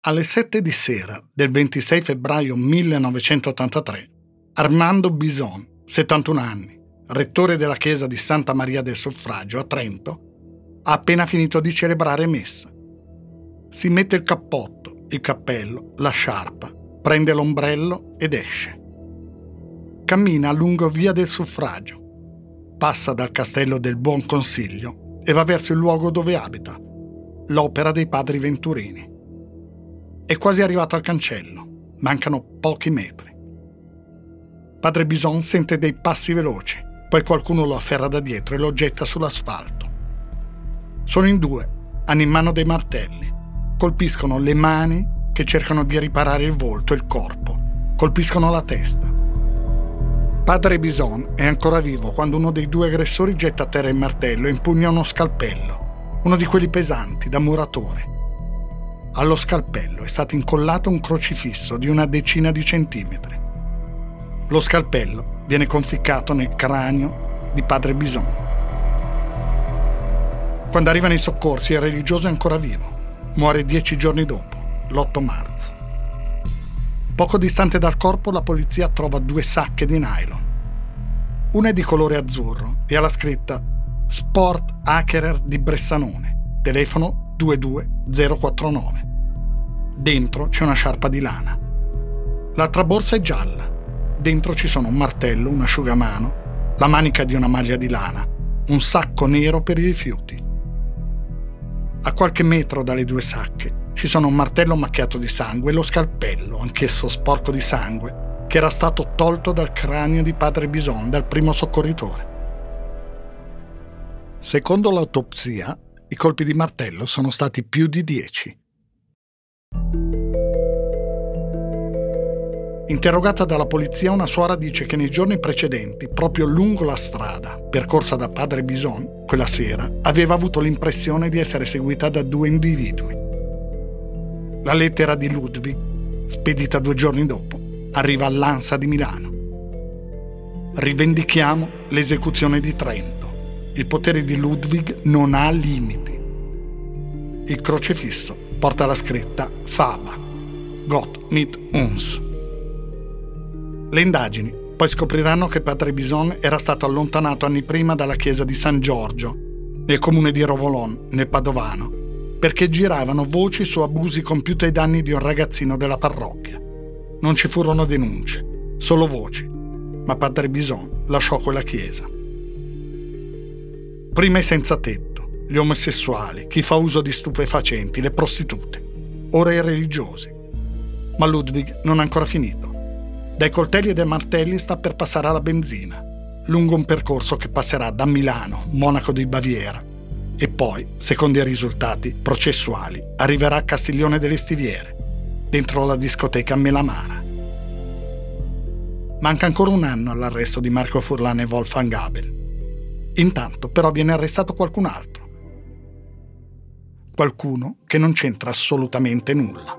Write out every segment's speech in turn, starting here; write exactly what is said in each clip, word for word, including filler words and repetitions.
Alle sette di sera del ventisei febbraio millenovecentottantatré, Armando Bison, settantuno anni, rettore della chiesa di Santa Maria del Suffragio a Trento, ha appena finito di celebrare messa. Si mette il cappotto, il cappello, la sciarpa, prende l'ombrello ed esce. Cammina lungo via del Suffragio, passa dal castello del Buon Consiglio e va verso il luogo dove abita, l'Opera dei Padri Venturini. È quasi arrivato al cancello, mancano pochi metri. Padre Bison sente dei passi veloci, poi qualcuno lo afferra da dietro e lo getta sull'asfalto. Sono in due, hanno in mano dei martelli, colpiscono le mani che cercano di riparare il volto e il corpo, colpiscono la testa. Padre Bison è ancora vivo quando uno dei due aggressori getta a terra il martello e impugna uno scalpello, uno di quelli pesanti, da muratore. Allo scalpello è stato incollato un crocifisso di una decina di centimetri. Lo scalpello viene conficcato nel cranio di Padre Bison. Quando arrivano i soccorsi, il religioso è ancora vivo. Muore dieci giorni dopo, l'otto marzo. Poco distante dal corpo, la polizia trova due sacche di nylon. Una è di colore azzurro e ha la scritta Sport Hakerer di Bressanone, telefono due due zero quattro nove. Dentro c'è una sciarpa di lana. L'altra borsa è gialla. Dentro ci sono un martello, un asciugamano, la manica di una maglia di lana, un sacco nero per i rifiuti. A qualche metro dalle due sacche ci sono un martello macchiato di sangue e lo scalpello, anch'esso sporco di sangue, che era stato tolto dal cranio di Padre Bison dal primo soccorritore. Secondo l'autopsia, i colpi di martello sono stati più di dieci. Interrogata dalla polizia, una suora dice che nei giorni precedenti, proprio lungo la strada percorsa da Padre Bison, quella sera, aveva avuto l'impressione di essere seguita da due individui. La lettera di Ludwig, spedita due giorni dopo, arriva all'Ansa di Milano. Rivendichiamo l'esecuzione di Trento. Il potere di Ludwig non ha limiti. Il crocefisso porta la scritta Faba, Gott mit uns. Le indagini poi scopriranno che Padre Bison era stato allontanato anni prima dalla chiesa di San Giorgio, nel comune di Rovolon, nel Padovano, perché giravano voci su abusi compiuti ai danni di un ragazzino della parrocchia. Non ci furono denunce, solo voci, ma Padre Bison lasciò quella chiesa. Prima i senza tetto, gli omosessuali, chi fa uso di stupefacenti, le prostitute, ora i religiosi. Ma Ludwig non ha ancora finito. Dai coltelli e dai martelli sta per passare alla benzina, lungo un percorso che passerà da Milano, Monaco di Baviera, e poi, secondo i risultati processuali, arriverà a Castiglione delle Stiviere, dentro la discoteca Melamara. Manca ancora un anno all'arresto di Marco Furlan e Wolfgang Abel. Intanto però viene arrestato qualcun altro. Qualcuno che non c'entra assolutamente nulla.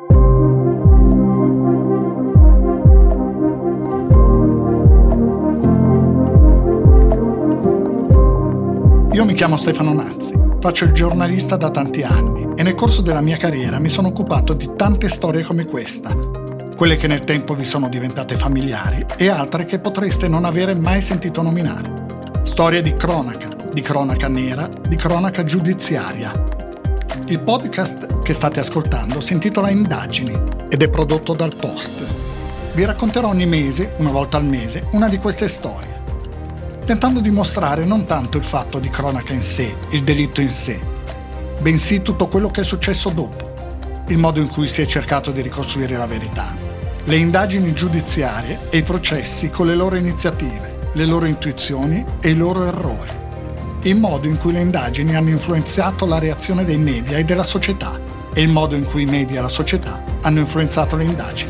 Io mi chiamo Stefano Nazzi, faccio il giornalista da tanti anni e nel corso della mia carriera mi sono occupato di tante storie come questa, quelle che nel tempo vi sono diventate familiari e altre che potreste non avere mai sentito nominare. Storie di cronaca, di cronaca nera, di cronaca giudiziaria. Il podcast che state ascoltando si intitola Indagini ed è prodotto dal Post. Vi racconterò ogni mese, una volta al mese, una di queste storie, tentando di mostrare non tanto il fatto di cronaca in sé, il delitto in sé, bensì tutto quello che è successo dopo, il modo in cui si è cercato di ricostruire la verità, le indagini giudiziarie e i processi con le loro iniziative, le loro intuizioni e i loro errori, il modo in cui le indagini hanno influenzato la reazione dei media e della società e il modo in cui i media e la società hanno influenzato le indagini.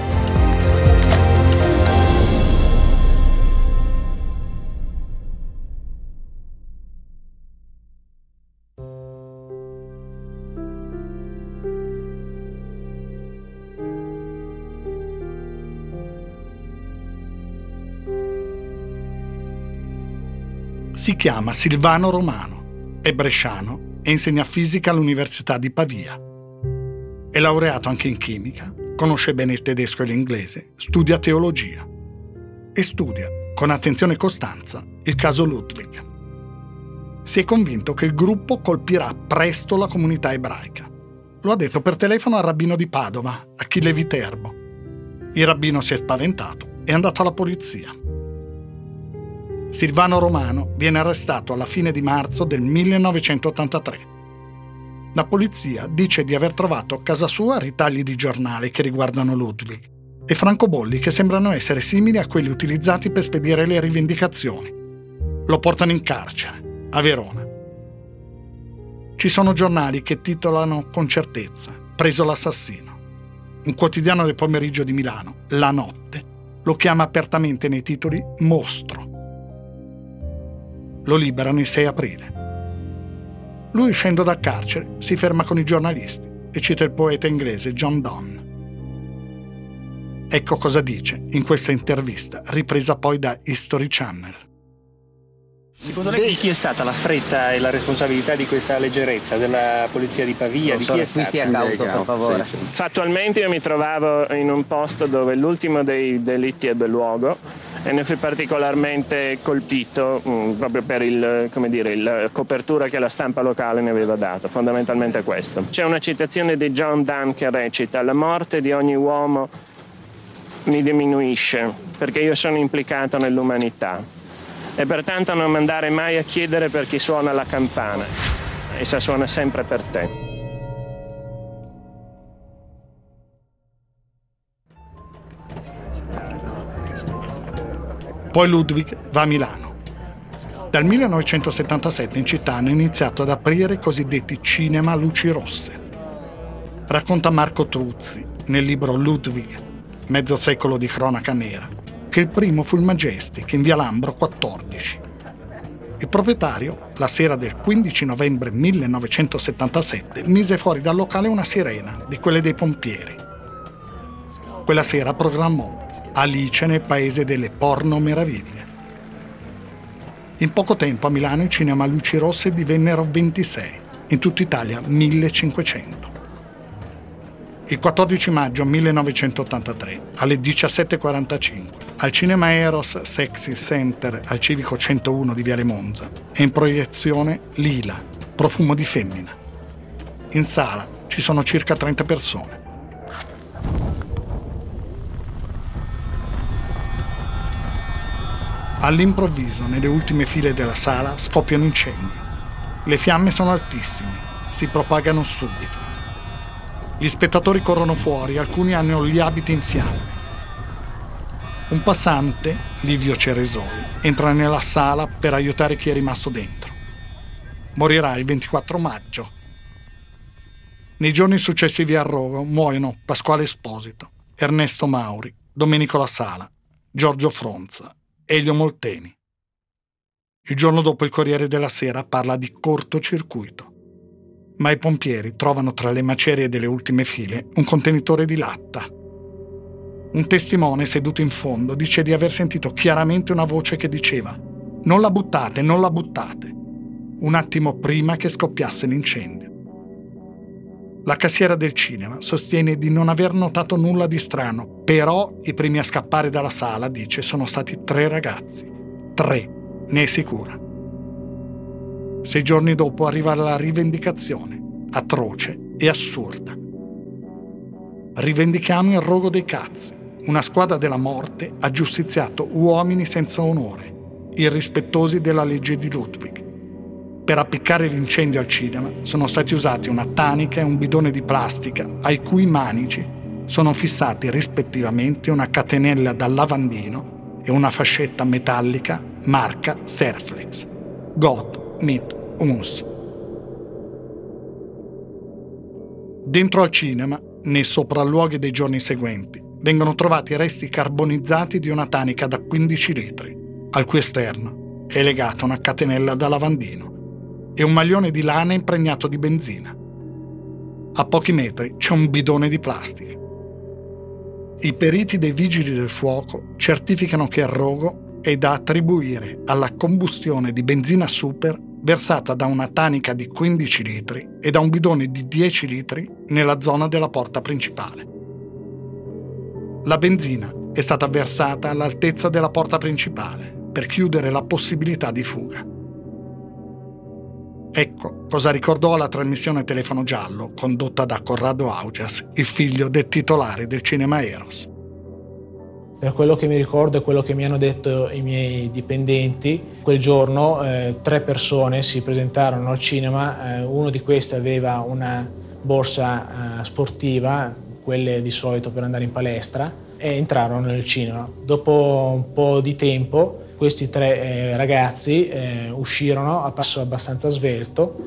Si chiama Silvano Romano, è bresciano e insegna fisica all'Università di Pavia. È laureato anche in chimica, conosce bene il tedesco e l'inglese, studia teologia e studia, con attenzione e costanza, il caso Ludwig. Si è convinto che il gruppo colpirà presto la comunità ebraica. Lo ha detto per telefono al rabbino di Padova, Achille Viterbo. Il rabbino si è spaventato e è andato alla polizia. Silvano Romano viene arrestato alla fine di marzo del millenovecentottantatré. La polizia dice di aver trovato a casa sua ritagli di giornali che riguardano Ludwig e francobolli che sembrano essere simili a quelli utilizzati per spedire le rivendicazioni. Lo portano in carcere, a Verona. Ci sono giornali che titolano con certezza «Preso l'assassino». Un quotidiano del pomeriggio di Milano, La Notte, lo chiama apertamente nei titoli «Mostro». Lo liberano il sei aprile. Lui, uscendo dal carcere, si ferma con i giornalisti e cita il poeta inglese John Donne. Ecco cosa dice in questa intervista, ripresa poi da History Channel. Secondo lei di chi è stata la fretta e la responsabilità di questa leggerezza? Della polizia di Pavia? Non di so, chi è stata? stia cauto, per favore. Sì, sì. Fattualmente io mi trovavo in un posto dove l'ultimo dei delitti ebbe luogo e ne fui particolarmente colpito mh, proprio per il, come dire, la copertura che la stampa locale ne aveva dato, fondamentalmente questo. C'è una citazione di John Donne che recita: «La morte di ogni uomo mi diminuisce perché io sono implicato nell'umanità. E pertanto non andare mai a chiedere per chi suona la campana, essa suona sempre per te». Poi Ludwig va a Milano. Dal millenovecentosettantasette in città hanno iniziato ad aprire i cosiddetti cinema a luci rosse. Racconta Marco Truzzi nel libro Ludwig, mezzo secolo di cronaca nera, che il primo fu il Majestic in via Lambro quattordici. Il proprietario, la sera del quindici novembre millenovecentosettantasette, mise fuori dal locale una sirena, di quelle dei pompieri. Quella sera programmò Alice nel paese delle porno meraviglie. In poco tempo a Milano i cinema a luci rosse divennero ventisei, in tutta Italia millecinquecento. Il quattordici maggio millenovecentottantatré, alle diciassette e quarantacinque, al Cinema Eros Sexy Center al Civico centouno di Viale Monza, è in proiezione Lila, profumo di femmina. In sala ci sono circa trenta persone. All'improvviso, nelle ultime file della sala, scoppia un incendio. Le fiamme sono altissime, si propagano subito. Gli spettatori corrono fuori, alcuni hanno gli abiti in fiamme. Un passante, Livio Ceresoli, entra nella sala per aiutare chi è rimasto dentro. Morirà il ventiquattro maggio. Nei giorni successivi al rogo muoiono Pasquale Esposito, Ernesto Mauri, Domenico La Sala, Giorgio Fronza, Elio Molteni. Il giorno dopo il Corriere della Sera parla di cortocircuito, ma i pompieri trovano tra le macerie delle ultime file un contenitore di latta. Un testimone seduto in fondo dice di aver sentito chiaramente una voce che diceva «Non la buttate, non la buttate», un attimo prima che scoppiasse l'incendio. La cassiera del cinema sostiene di non aver notato nulla di strano, però i primi a scappare dalla sala, dice, sono stati tre ragazzi. Tre, ne è sicura. Sei giorni dopo arriva la rivendicazione, atroce e assurda. Rivendichiamo il rogo dei cazzi. Una squadra della morte ha giustiziato uomini senza onore, irrispettosi della legge di Ludwig. Per appiccare l'incendio al cinema sono stati usati una tanica e un bidone di plastica ai cui manici sono fissati rispettivamente una catenella da lavandino e una fascetta metallica marca Serflex. Gott mit uns. Dentro al cinema, nei sopralluoghi dei giorni seguenti, vengono trovati resti carbonizzati di una tanica da quindici litri, al cui esterno è legata una catenella da lavandino e un maglione di lana impregnato di benzina. A pochi metri c'è un bidone di plastica. I periti dei vigili del fuoco certificano che il rogo è da attribuire alla combustione di benzina super versata da una tanica di quindici litri e da un bidone di dieci litri nella zona della porta principale. La benzina è stata versata all'altezza della porta principale per chiudere la possibilità di fuga. Ecco cosa ricordò alla trasmissione Telefono Giallo condotta da Corrado Augias, il figlio del titolare del Cinema Eros. Per quello che mi ricordo e quello che mi hanno detto i miei dipendenti, quel giorno eh, tre persone si presentarono al cinema, eh, uno di questi aveva una borsa eh, sportiva, quelle di solito per andare in palestra, e entrarono nel cinema. Dopo un po' di tempo questi tre eh, ragazzi eh, uscirono a passo abbastanza svelto,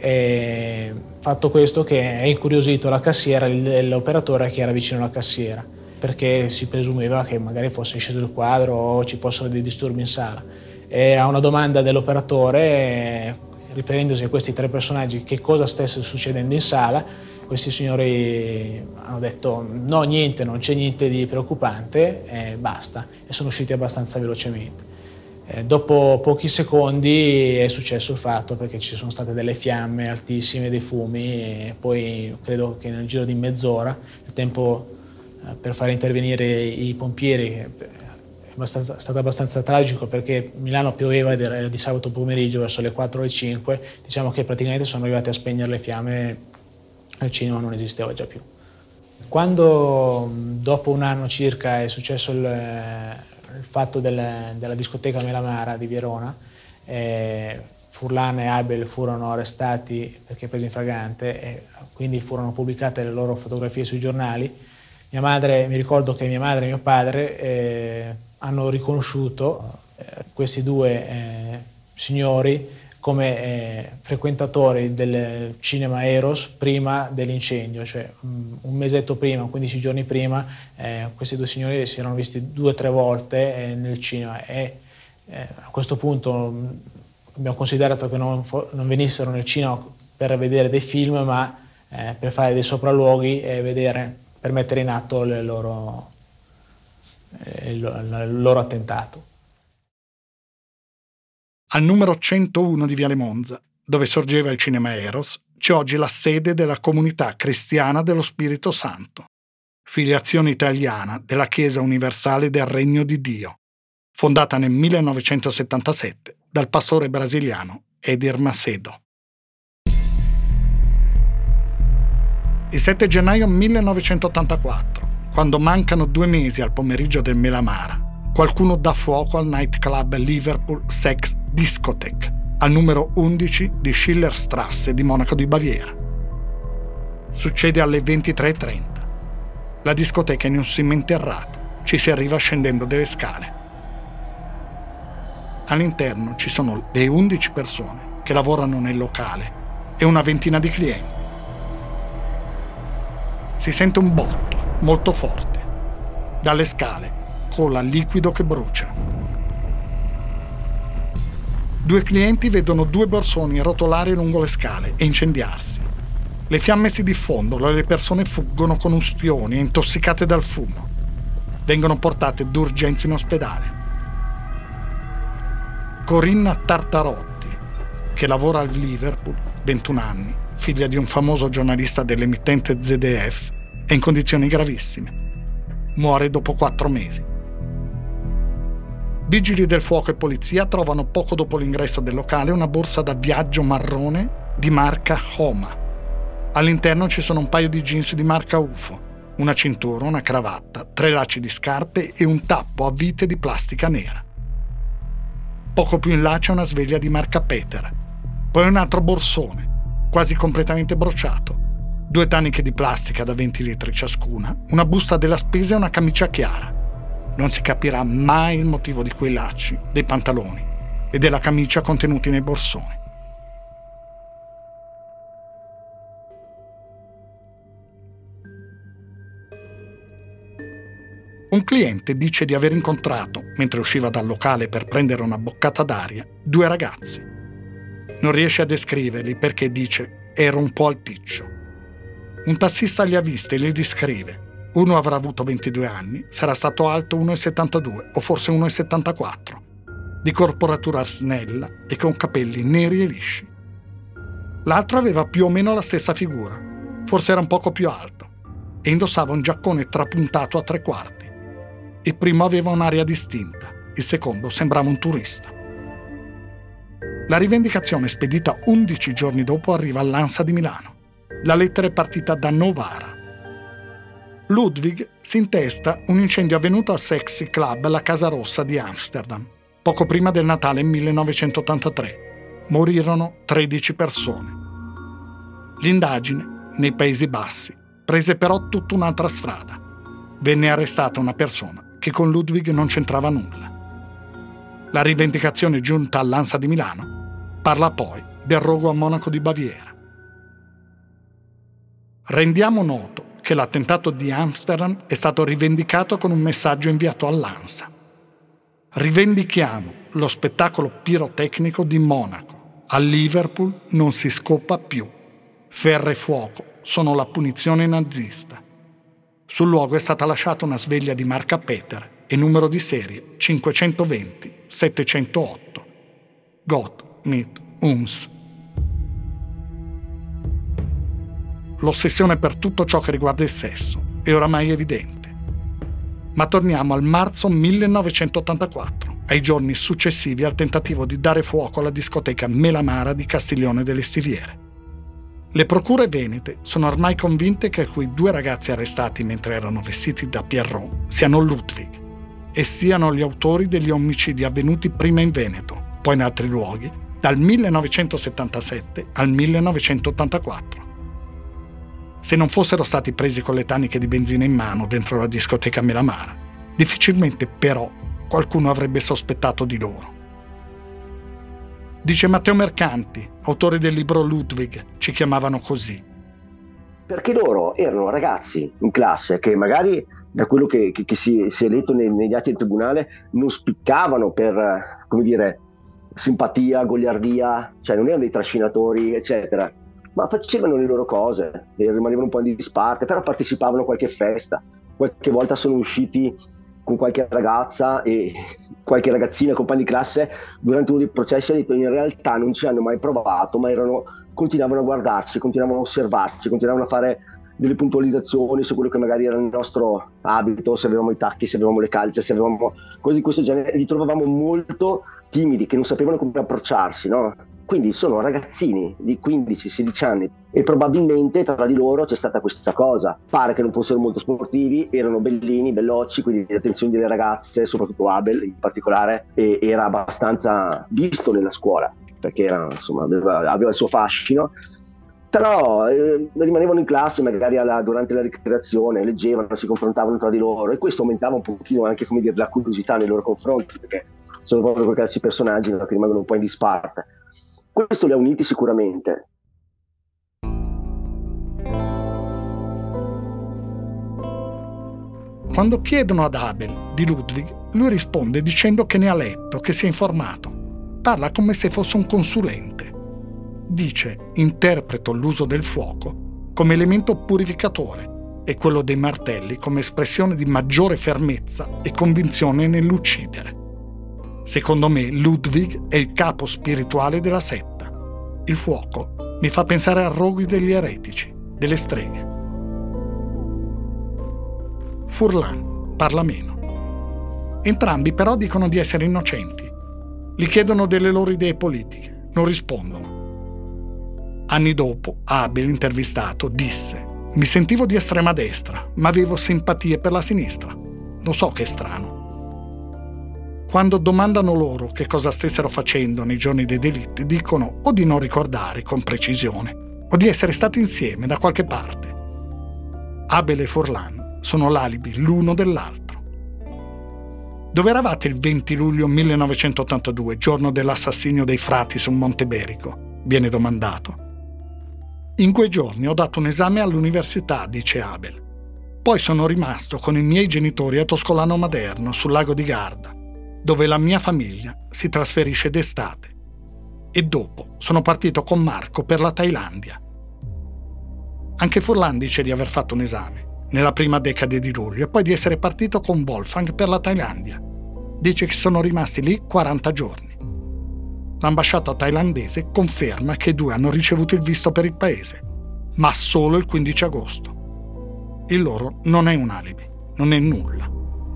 e fatto questo che è incuriosito la cassiera e l'operatore che era vicino alla cassiera, perché si presumeva che magari fosse sceso il quadro o ci fossero dei disturbi in sala. E a una domanda dell'operatore, eh, riferendosi a questi tre personaggi, che cosa stesse succedendo in sala, questi signori hanno detto no, niente, non c'è niente di preoccupante, e basta, e sono usciti abbastanza velocemente. Eh, dopo pochi secondi è successo il fatto, perché ci sono state delle fiamme altissime, dei fumi, e poi credo che nel giro di mezz'ora, il tempo eh, per fare intervenire i pompieri, è, abbastanza, è stato abbastanza tragico perché Milano pioveva ed era di sabato pomeriggio verso le quattro o le cinque, diciamo che praticamente sono arrivati a spegnere le fiamme, il cinema non esisteva già più. Quando dopo un anno circa è successo il, il fatto del, della discoteca Melamara di Verona, eh, Furlan e Abel furono arrestati perché presi in flagrante e quindi furono pubblicate le loro fotografie sui giornali. Mia madre, mi ricordo che mia madre e mio padre eh, hanno riconosciuto eh, questi due eh, signori come eh, frequentatori del Cinema Eros prima dell'incendio, cioè um, un mesetto prima, quindici giorni prima, eh, questi due signori si erano visti due o tre volte eh, nel cinema, e eh, a questo punto um, abbiamo considerato che non, non venissero nel cinema per vedere dei film, ma eh, per fare dei sopralluoghi e vedere, per mettere in atto le loro, eh, il, il loro attentato. Al numero centouno di Viale Monza, dove sorgeva il Cinema Eros, c'è oggi la sede della Comunità Cristiana dello Spirito Santo, filiazione italiana della Chiesa Universale del Regno di Dio, fondata nel millenovecentosettantasette dal pastore brasiliano Edir Macedo. Il sette gennaio millenovecentottantaquattro, quando mancano due mesi al pomeriggio del Melamara, qualcuno dà fuoco al nightclub Liverpool Sex Discotheque, al numero undici di Schillerstrasse di Monaco di Baviera. Succede alle ventitré e trenta. La discoteca è in un seminterrato, ci si arriva scendendo delle scale. All'interno ci sono le undici persone che lavorano nel locale e una ventina di clienti. Si sente un botto molto forte. Dalle scale cola liquido che brucia. Due clienti vedono due borsoni rotolare lungo le scale e incendiarsi. Le fiamme si diffondono e le persone fuggono con ustioni e intossicate dal fumo. Vengono portate d'urgenza in ospedale. Corinna Tartarotti, che lavora al Liverpool, ventuno anni, figlia di un famoso giornalista dell'emittente Z D F, è in condizioni gravissime. Muore dopo quattro mesi. Vigili del fuoco e polizia trovano poco dopo l'ingresso del locale una borsa da viaggio marrone di marca Homa. All'interno ci sono un paio di jeans di marca U F O, una cintura, una cravatta, tre lacci di scarpe e un tappo a vite di plastica nera. Poco più in là c'è una sveglia di marca Peter, poi un altro borsone, quasi completamente bruciato, due taniche di plastica da venti litri ciascuna, una busta della spesa e una camicia chiara. Non si capirà mai il motivo di quei lacci, dei pantaloni e della camicia contenuti nei borsoni. Un cliente dice di aver incontrato, mentre usciva dal locale per prendere una boccata d'aria, due ragazzi. Non riesce a descriverli perché dice «ero un po' alticcio». Un tassista li ha visti e li descrive. Uno avrà avuto ventidue anni, sarà stato alto uno virgola settantadue o forse uno virgola settantaquattro. di corporatura snella e con capelli neri e lisci. L'altro aveva più o meno la stessa figura, forse era un poco più alto, e indossava un giaccone trapuntato a tre quarti. Il primo aveva un'aria distinta, il secondo sembrava un turista. La rivendicazione spedita undici giorni dopo arriva all'Ansa di Milano. La lettera è partita da Novara. Ludwig si intesta un incendio avvenuto al Sexy Club La Casa Rossa di Amsterdam, poco prima del Natale millenovecentottantatré. Morirono tredici persone. L'indagine, nei Paesi Bassi, prese però tutta un'altra strada. Venne arrestata una persona che con Ludwig non c'entrava nulla. La rivendicazione giunta all'Ansa di Milano parla poi del rogo a Monaco di Baviera. Rendiamo noto che l'attentato di Amsterdam è stato rivendicato con un messaggio inviato all'Ansa. Rivendichiamo lo spettacolo pirotecnico di Monaco. A Liverpool non si scoppa più. Ferro e fuoco sono la punizione nazista. Sul luogo è stata lasciata una sveglia di marca Peter e numero di serie cinquecentoventi settecentootto. Gott mit uns. L'ossessione per tutto ciò che riguarda il sesso è oramai evidente. Ma torniamo al marzo millenovecentottantaquattro, ai giorni successivi al tentativo di dare fuoco alla discoteca Melamara di Castiglione delle Stiviere. Le procure venete sono ormai convinte che quei due ragazzi arrestati mentre erano vestiti da Pierrot siano Ludwig e siano gli autori degli omicidi avvenuti prima in Veneto, poi in altri luoghi, dal millenovecentosettantasette al millenovecentottantaquattro. Se non fossero stati presi con le taniche di benzina in mano dentro la discoteca Melamara, difficilmente però qualcuno avrebbe sospettato di loro. Dice Matteo Mercanti, autore del libro Ludwig, ci chiamavano così. Perché loro erano ragazzi in classe che magari, da quello che, che, che si, si è letto nei, negli atti del tribunale, non spiccavano per, come dire, simpatia, goliardia, cioè non erano dei trascinatori, eccetera, ma facevano le loro cose e rimanevano un po' in disparte, però partecipavano a qualche festa, qualche volta sono usciti con qualche ragazza e qualche ragazzina, compagni di classe, durante uno dei processi ha detto in realtà non ci hanno mai provato, ma erano, continuavano a guardarci, continuavano a osservarci, continuavano a fare delle puntualizzazioni su quello che magari era il nostro abito, se avevamo i tacchi, se avevamo le calze, se avevamo cose di questo genere, li trovavamo molto timidi, che non sapevano come approcciarsi, no? Quindi sono ragazzini di quindici sedici anni e probabilmente tra di loro c'è stata questa cosa. Pare che non fossero molto sportivi, erano bellini, bellocci, quindi le attenzioni delle ragazze, soprattutto Abel in particolare, e era abbastanza visto nella scuola, perché era, insomma, aveva, aveva il suo fascino. Però eh, rimanevano in classe magari alla, durante la ricreazione, leggevano, si confrontavano tra di loro e questo aumentava un pochino anche, come dire, la curiosità nei loro confronti, perché sono proprio quei classici personaggi, no, che rimangono un po' in disparte. Questo li ha uniti sicuramente. Quando chiedono ad Abel di Ludwig, lui risponde dicendo che ne ha letto, che si è informato. Parla come se fosse un consulente. Dice: interpreto l'uso del fuoco come elemento purificatore e quello dei martelli come espressione di maggiore fermezza e convinzione nell'uccidere. Secondo me Ludwig è il capo spirituale della setta. Il fuoco mi fa pensare a roghi degli eretici, delle streghe. Furlan parla meno. Entrambi però dicono di essere innocenti. Gli chiedono delle loro idee politiche, non rispondono. Anni dopo, Abel, intervistato, disse: mi sentivo di estrema destra, ma avevo simpatie per la sinistra. Non so che è strano. Quando domandano loro che cosa stessero facendo nei giorni dei delitti, dicono o di non ricordare con precisione o di essere stati insieme da qualche parte. Abel e Furlan sono l'alibi l'uno dell'altro. Dove eravate il venti luglio millenovecentottantadue, giorno dell'assassinio dei frati su Monte Berico? Viene domandato. In quei giorni ho dato un esame all'università, dice Abel. Poi sono rimasto con i miei genitori a Toscolano Maderno, sul lago di Garda, dove la mia famiglia si trasferisce d'estate. E dopo sono partito con Marco per la Thailandia. Anche Furlan dice di aver fatto un esame nella prima decade di luglio e poi di essere partito con Wolfgang per la Thailandia. dice che sono rimasti lì quaranta giorni. L'ambasciata thailandese conferma che i due hanno ricevuto il visto per il paese, ma solo il quindici agosto. Il loro non è un alibi, non è nulla.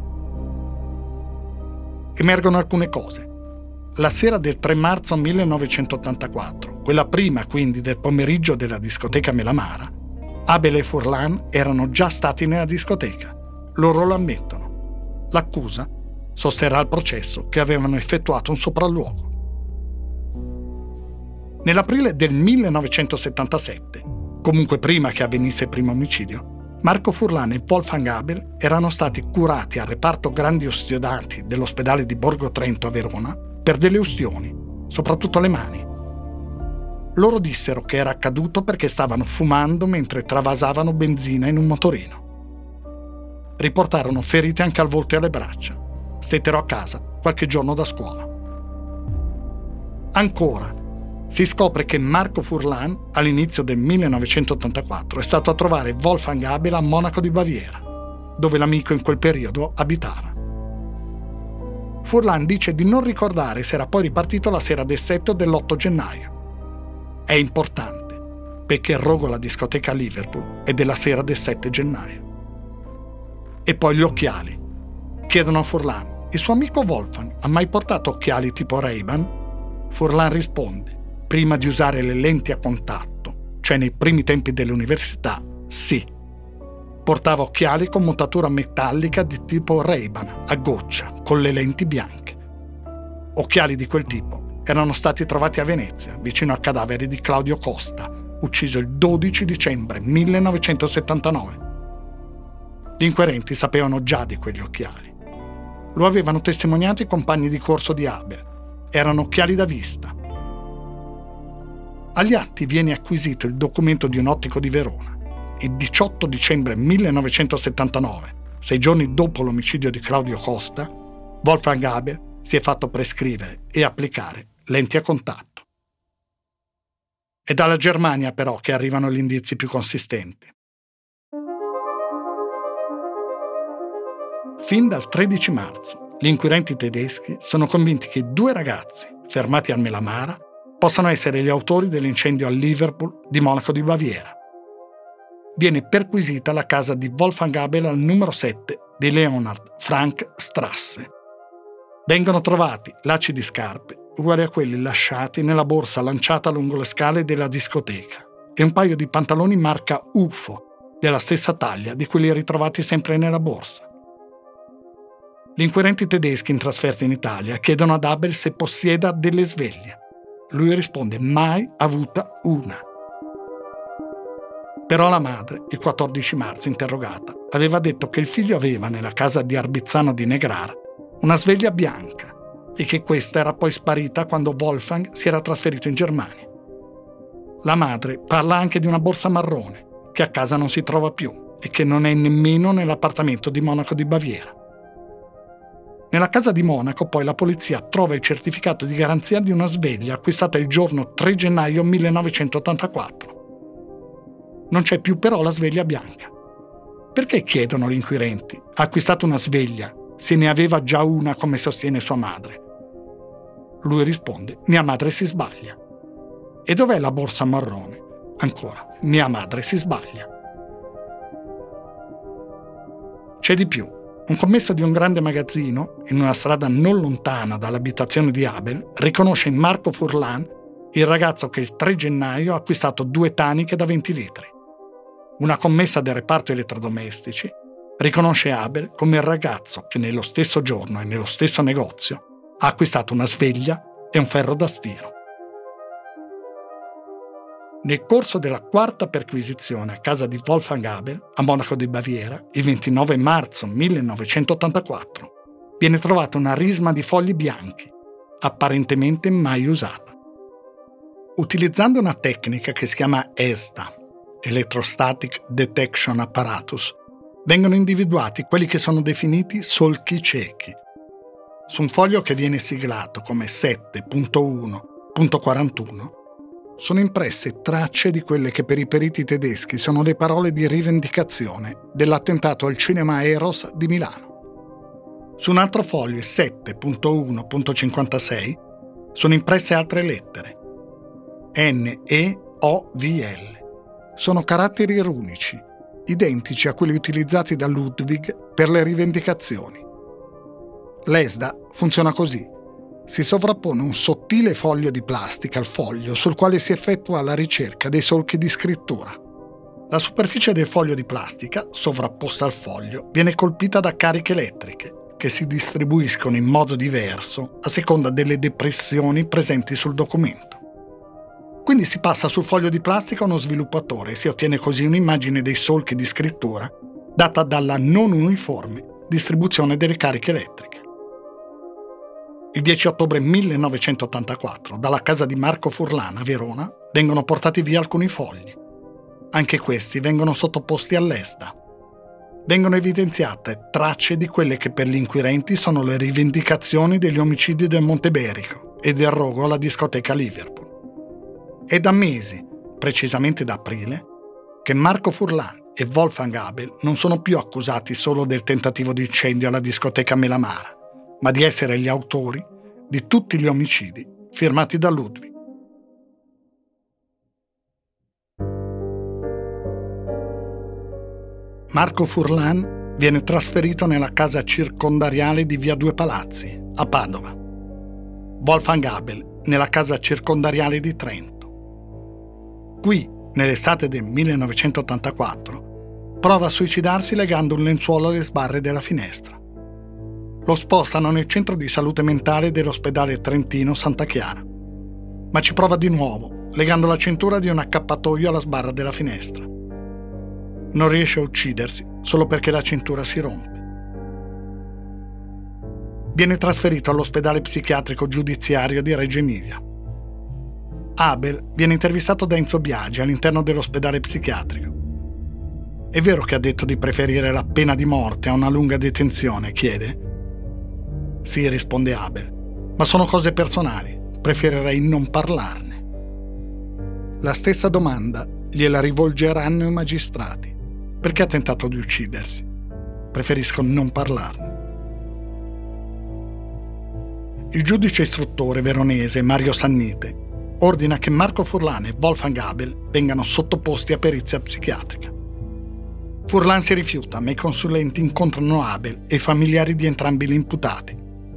Emergono alcune cose. La sera del tre marzo millenovecentottantaquattro, quella prima quindi del pomeriggio della discoteca Melamara, Abel e Furlan erano già stati nella discoteca. Loro lo ammettono. L'accusa sosterrà al processo che avevano effettuato un sopralluogo. Nell'aprile del millenovecentosettantasette, comunque prima che avvenisse il primo omicidio, Marco Furlan e Wolfgang Abel erano stati curati al reparto grandi ustionati dell'ospedale di Borgo Trento a Verona per delle ustioni, soprattutto alle mani. Loro dissero che era accaduto perché stavano fumando mentre travasavano benzina in un motorino. Riportarono ferite anche al volto e alle braccia. Stettero a casa qualche giorno da scuola. Ancora, si scopre che Marco Furlan, all'inizio del millenovecentottantaquattro, è stato a trovare Wolfgang Abel a Monaco di Baviera, dove l'amico in quel periodo abitava. Furlan dice di non ricordare se era poi ripartito la sera del sette o dell'otto gennaio. È importante, perché il rogo alla discoteca a Liverpool è della sera del sette gennaio. E poi gli occhiali. Chiedono a Furlan: il suo amico Wolfgang ha mai portato occhiali tipo Ray-Ban? Furlan risponde: prima di usare le lenti a contatto, cioè nei primi tempi dell'università, sì. Portava occhiali con montatura metallica di tipo Ray-Ban, a goccia, con le lenti bianche. Occhiali di quel tipo erano stati trovati a Venezia, vicino al cadavere di Claudio Costa, ucciso il dodici dicembre millenovecentosettantanove. Gli inquirenti sapevano già di quegli occhiali. Lo avevano testimoniato i compagni di corso di Abel. Erano occhiali da vista. Agli atti viene acquisito il documento di un ottico di Verona. Il diciotto dicembre millenovecentosettantanove, sei giorni dopo l'omicidio di Claudio Costa, Wolfgang Abel si è fatto prescrivere e applicare lenti a contatto. È dalla Germania però che arrivano gli indizi più consistenti. Fin dal tredici marzo, gli inquirenti tedeschi sono convinti che i due ragazzi, fermati al Melamara, possano essere gli autori dell'incendio a Liverpool di Monaco di Baviera. Viene perquisita la casa di Wolfgang Abel al numero sette di Leonhard Frank Strasse. Vengono trovati lacci di scarpe uguali a quelli lasciati nella borsa lanciata lungo le scale della discoteca e un paio di pantaloni marca U F O della stessa taglia di quelli ritrovati sempre nella borsa. Gli inquirenti tedeschi in trasferta in Italia chiedono ad Abel se possieda delle sveglie. Lui risponde: mai avuta una. Però la madre, il quattordici marzo, interrogata, aveva detto che il figlio aveva nella casa di Arbizzano di Negrar una sveglia bianca e che questa era poi sparita quando Wolfgang si era trasferito in Germania. La madre parla anche di una borsa marrone che a casa non si trova più e che non è nemmeno nell'appartamento di Monaco di Baviera. Nella casa di Monaco poi la polizia trova il certificato di garanzia di una sveglia acquistata il giorno tre gennaio millenovecentottantaquattro. Non c'è più però la sveglia bianca. Perché, chiedono gli inquirenti, ha acquistato una sveglia se ne aveva già una come sostiene sua madre? Lui risponde: mia madre si sbaglia. E dov'è la borsa marrone? Ancora, mia madre si sbaglia. C'è di più. Un commesso di un grande magazzino, in una strada non lontana dall'abitazione di Abel, riconosce in Marco Furlan il ragazzo che il tre gennaio ha acquistato due taniche da venti litri. Una commessa del reparto elettrodomestici riconosce Abel come il ragazzo che nello stesso giorno e nello stesso negozio ha acquistato una sveglia e un ferro da stiro. Nel corso della quarta perquisizione a casa di Wolfgang Abel, a Monaco di Baviera, il ventinove marzo millenovecentottantaquattro, viene trovata una risma di fogli bianchi, apparentemente mai usata. Utilizzando una tecnica che si chiama E S T A, Electrostatic Detection Apparatus, vengono individuati quelli che sono definiti solchi ciechi. Su un foglio che viene siglato come sette punto uno punto quarantuno sono impresse tracce di quelle che per i periti tedeschi sono le parole di rivendicazione dell'attentato al cinema Eros di Milano. Su un altro foglio, il sette punto uno punto cinquantasei, sono impresse altre lettere. N, E, O, V, L. Sono caratteri runici, identici a quelli utilizzati da Ludwig per le rivendicazioni. L'ESDA funziona così. Si sovrappone un sottile foglio di plastica al foglio sul quale si effettua la ricerca dei solchi di scrittura. La superficie del foglio di plastica, sovrapposta al foglio, viene colpita da cariche elettriche, che si distribuiscono in modo diverso a seconda delle depressioni presenti sul documento. Quindi si passa sul foglio di plastica a uno sviluppatore e si ottiene così un'immagine dei solchi di scrittura data dalla non uniforme distribuzione delle cariche elettriche. Il dieci ottobre millenovecentottantaquattro, dalla casa di Marco Furlan a Verona, vengono portati via alcuni fogli. Anche questi vengono sottoposti all'ESDA. Vengono evidenziate tracce di quelle che per gli inquirenti sono le rivendicazioni degli omicidi del Monteberico e del rogo alla discoteca Liverpool. È da mesi, precisamente da aprile, che Marco Furlan e Wolfgang Abel non sono più accusati solo del tentativo di incendio alla discoteca Melamara, ma di essere gli autori di tutti gli omicidi firmati da Ludwig. Marco Furlan viene trasferito nella casa circondariale di Via Due Palazzi, a Padova. Wolfgang Abel nella casa circondariale di Trento. Qui, nell'estate del millenovecentottantaquattro, prova a suicidarsi legando un lenzuolo alle sbarre della finestra. Lo spostano nel centro di salute mentale dell'ospedale trentino Santa Chiara, ma ci prova di nuovo, legando la cintura di un accappatoio alla sbarra della finestra. Non riesce a uccidersi solo perché la cintura si rompe. Viene trasferito all'ospedale psichiatrico giudiziario di Reggio Emilia. Abel viene intervistato da Enzo Biagi all'interno dell'ospedale psichiatrico. È vero che ha detto di preferire la pena di morte a una lunga detenzione, chiede. Sì, risponde Abel, ma sono cose personali, preferirei non parlarne. La stessa domanda gliela rivolgeranno i magistrati. Perché ha tentato di uccidersi? Preferisco non parlarne. Il giudice istruttore veronese Mario Sannite ordina che Marco Furlan e Wolfgang Abel vengano sottoposti a perizia psichiatrica. Furlan si rifiuta, ma i consulenti incontrano Abel e i familiari di entrambi gli imputati.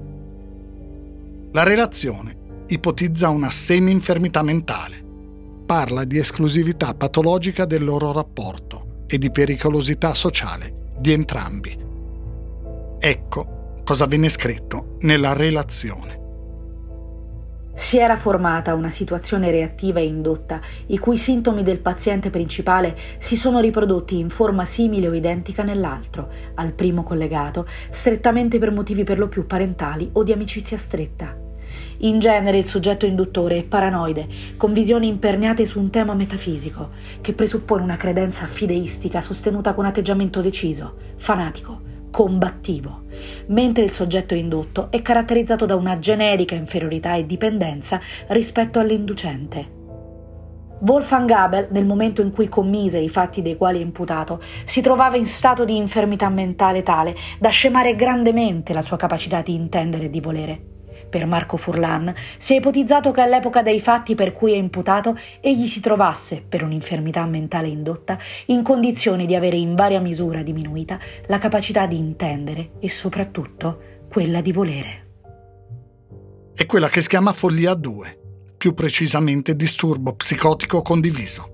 La relazione ipotizza una semi-infermità mentale. Parla di esclusività patologica del loro rapporto e di pericolosità sociale di entrambi. Ecco cosa venne scritto nella relazione. Si era formata una situazione reattiva e indotta, i cui sintomi del paziente principale si sono riprodotti in forma simile o identica nell'altro, al primo collegato, strettamente per motivi per lo più parentali o di amicizia stretta. In genere il soggetto induttore è paranoide, con visioni imperniate su un tema metafisico, che presuppone una credenza fideistica sostenuta con atteggiamento deciso, fanatico, combattivo, mentre il soggetto indotto è caratterizzato da una generica inferiorità e dipendenza rispetto all'inducente. Wolfgang Abel, nel momento in cui commise i fatti dei quali è imputato, si trovava in stato di infermità mentale tale da scemare grandemente la sua capacità di intendere e di volere. Per Marco Furlan si è ipotizzato che all'epoca dei fatti per cui è imputato egli si trovasse, per un'infermità mentale indotta, in condizioni di avere in varia misura diminuita la capacità di intendere e soprattutto quella di volere. È quella che si chiama follia due, più precisamente disturbo psicotico condiviso.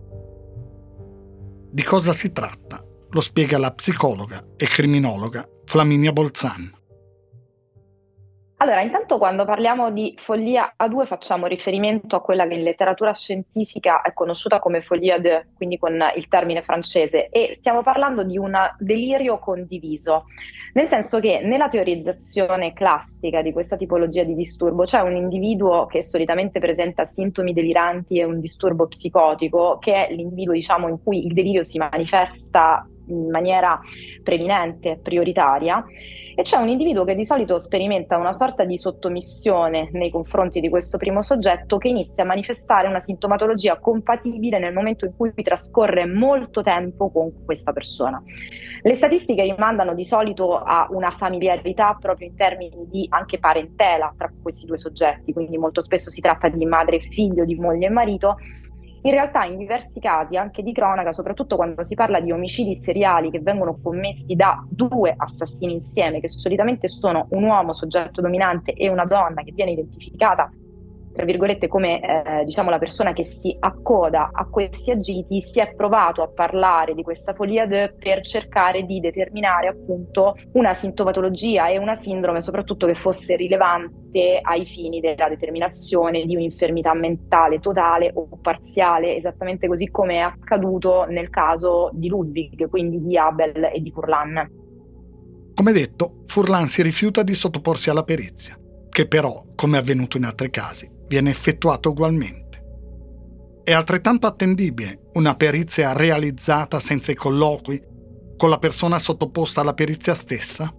Di cosa si tratta? Lo spiega la psicologa e criminologa Flaminia Bolzan. Allora, intanto quando parliamo di follia A due facciamo riferimento a quella che in letteratura scientifica è conosciuta come folie à deux, quindi con il termine francese, e stiamo parlando di un delirio condiviso, nel senso che nella teorizzazione classica di questa tipologia di disturbo c'è un individuo che solitamente presenta sintomi deliranti e un disturbo psicotico, che è l'individuo, diciamo, in cui il delirio si manifesta in maniera preminente, prioritaria, e c'è un individuo che di solito sperimenta una sorta di sottomissione nei confronti di questo primo soggetto, che inizia a manifestare una sintomatologia compatibile nel momento in cui trascorre molto tempo con questa persona. Le statistiche rimandano di solito a una familiarità proprio in termini di anche parentela tra questi due soggetti, quindi molto spesso si tratta di madre e figlio, di moglie e marito. In realtà in diversi casi, anche di cronaca, soprattutto quando si parla di omicidi seriali che vengono commessi da due assassini insieme, che solitamente sono un uomo soggetto dominante e una donna che viene identificata, tra virgolette, come eh, diciamo la persona che si accoda a questi agiti, si è provato a parlare di questa folia de per cercare di determinare appunto una sintomatologia e una sindrome soprattutto che fosse rilevante ai fini della determinazione di un'infermità mentale totale o parziale, esattamente così come è accaduto nel caso di Ludwig, quindi di Abel e di Furlan. Come detto, Furlan si rifiuta di sottoporsi alla perizia, che però, come è avvenuto in altri casi, viene effettuata ugualmente. È altrettanto attendibile una perizia realizzata senza i colloqui con la persona sottoposta alla perizia stessa?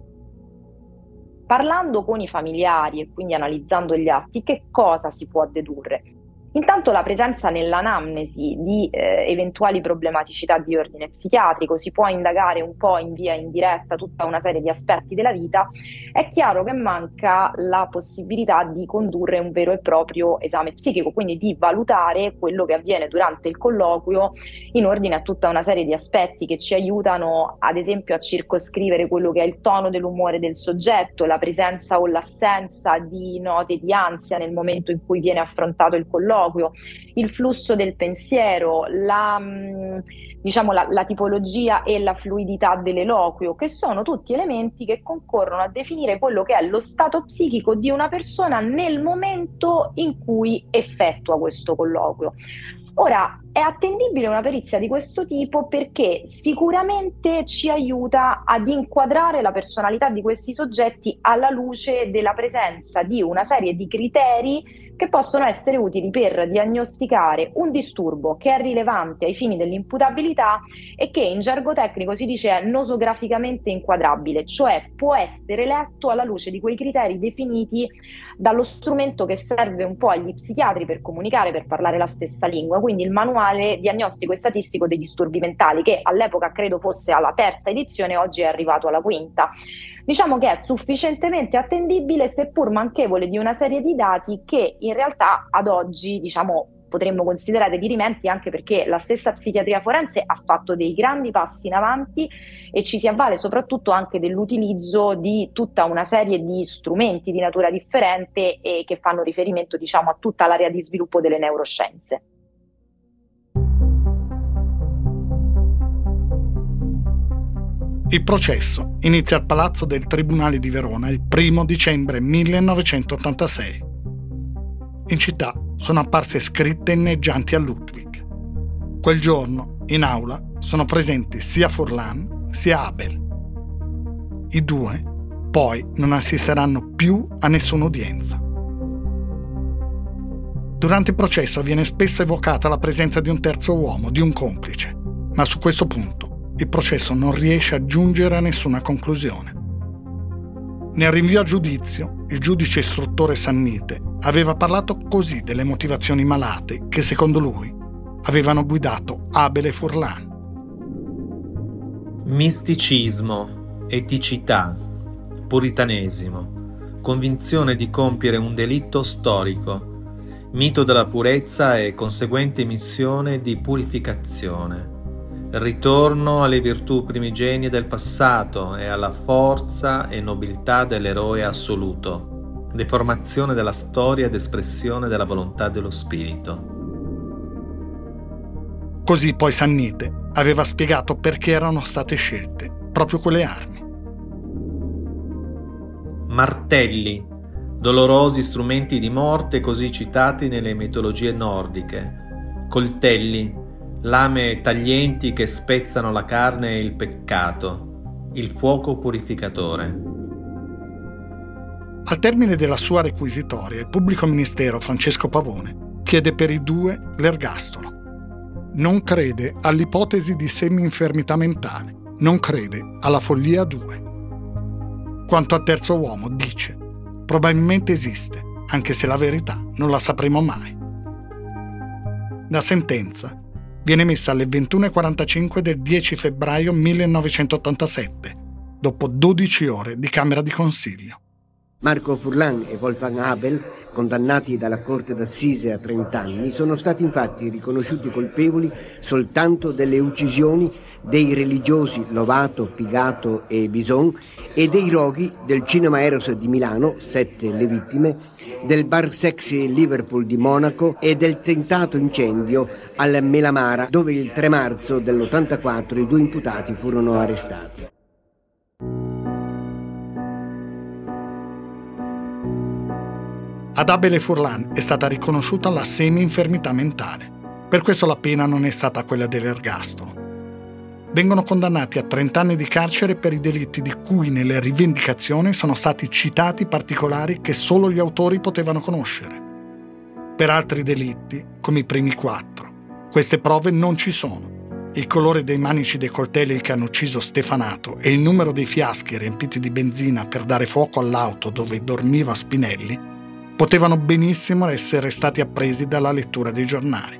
Parlando con i familiari e quindi analizzando gli atti, che cosa si può dedurre? Intanto la presenza nell'anamnesi di eh, eventuali problematicità di ordine psichiatrico, si può indagare un po' in via indiretta tutta una serie di aspetti della vita. È chiaro che manca la possibilità di condurre un vero e proprio esame psichico, quindi di valutare quello che avviene durante il colloquio in ordine a tutta una serie di aspetti che ci aiutano ad esempio a circoscrivere quello che è il tono dell'umore del soggetto, la presenza o l'assenza di note di ansia nel momento in cui viene affrontato il colloquio, il flusso del pensiero, la, diciamo, la, la tipologia e la fluidità dell'eloquio, che sono tutti elementi che concorrono a definire quello che è lo stato psichico di una persona nel momento in cui effettua questo colloquio. Ora, è attendibile una perizia di questo tipo perché sicuramente ci aiuta ad inquadrare la personalità di questi soggetti alla luce della presenza di una serie di criteri che possono essere utili per diagnosticare un disturbo che è rilevante ai fini dell'imputabilità e che in gergo tecnico si dice è nosograficamente inquadrabile, cioè può essere letto alla luce di quei criteri definiti dallo strumento che serve un po' agli psichiatri per comunicare, per parlare la stessa lingua, quindi il manuale diagnostico e statistico dei disturbi mentali, che all'epoca credo fosse alla terza edizione, oggi è arrivato alla quinta. Diciamo che è sufficientemente attendibile, seppur manchevole di una serie di dati che in realtà ad oggi, diciamo, potremmo considerare dirimenti, anche perché la stessa psichiatria forense ha fatto dei grandi passi in avanti e ci si avvale soprattutto anche dell'utilizzo di tutta una serie di strumenti di natura differente e che fanno riferimento, diciamo, a tutta l'area di sviluppo delle neuroscienze. Il processo inizia al Palazzo del Tribunale di Verona il primo dicembre millenovecentottantasei. In città sono apparse scritte inneggianti a Ludwig. Quel giorno, in aula, sono presenti sia Furlan sia Abel. I due poi non assisteranno più a nessuna udienza. Durante il processo viene spesso evocata la presenza di un terzo uomo, di un complice, ma su questo punto il processo non riesce a giungere a nessuna conclusione. Nel rinvio a giudizio, il giudice istruttore Sannite aveva parlato così delle motivazioni malate che, secondo lui, avevano guidato Abel e Furlan. Misticismo, eticità, puritanesimo, convinzione di compiere un delitto storico, mito della purezza e conseguente missione di purificazione, ritorno alle virtù primigenie del passato e alla forza e nobiltà dell'eroe assoluto, deformazione della storia ed espressione della volontà dello spirito. Così poi Sannite aveva spiegato perché erano state scelte proprio quelle armi. Martelli, dolorosi strumenti di morte così citati nelle mitologie nordiche, coltelli, lame taglienti che spezzano la carne e il peccato, il fuoco purificatore. Al termine della sua requisitoria, il pubblico ministero Francesco Pavone chiede per i due l'ergastolo. Non crede all'ipotesi di semi-infermità mentale non crede alla follia due. Quanto al terzo uomo dice: probabilmente esiste, anche se la verità non la sapremo mai. La sentenza viene emessa alle ventuno e quarantacinque del dieci febbraio millenovecentottantasette, dopo dodici ore di Camera di Consiglio. Marco Furlan e Wolfgang Abel, condannati dalla Corte d'Assise a trenta anni, sono stati infatti riconosciuti colpevoli soltanto delle uccisioni dei religiosi Lovato, Pigato e Bison e dei roghi del Cinema Eros di Milano, sette le vittime, del Bar Sexy Liverpool di Monaco e del tentato incendio al Melamara, dove il tre marzo dell'ottantaquattro i due imputati furono arrestati. Ad Abel e Furlan è stata riconosciuta la semi-infermità mentale. Per questo la pena non è stata quella dell'ergastolo. Vengono condannati a trenta anni di carcere per i delitti di cui nelle rivendicazioni sono stati citati particolari che solo gli autori potevano conoscere. Per altri delitti, come i primi quattro, queste prove non ci sono. Il colore dei manici dei coltelli che hanno ucciso Stefanato e il numero dei fiaschi riempiti di benzina per dare fuoco all'auto dove dormiva Spinelli potevano benissimo essere stati appresi dalla lettura dei giornali.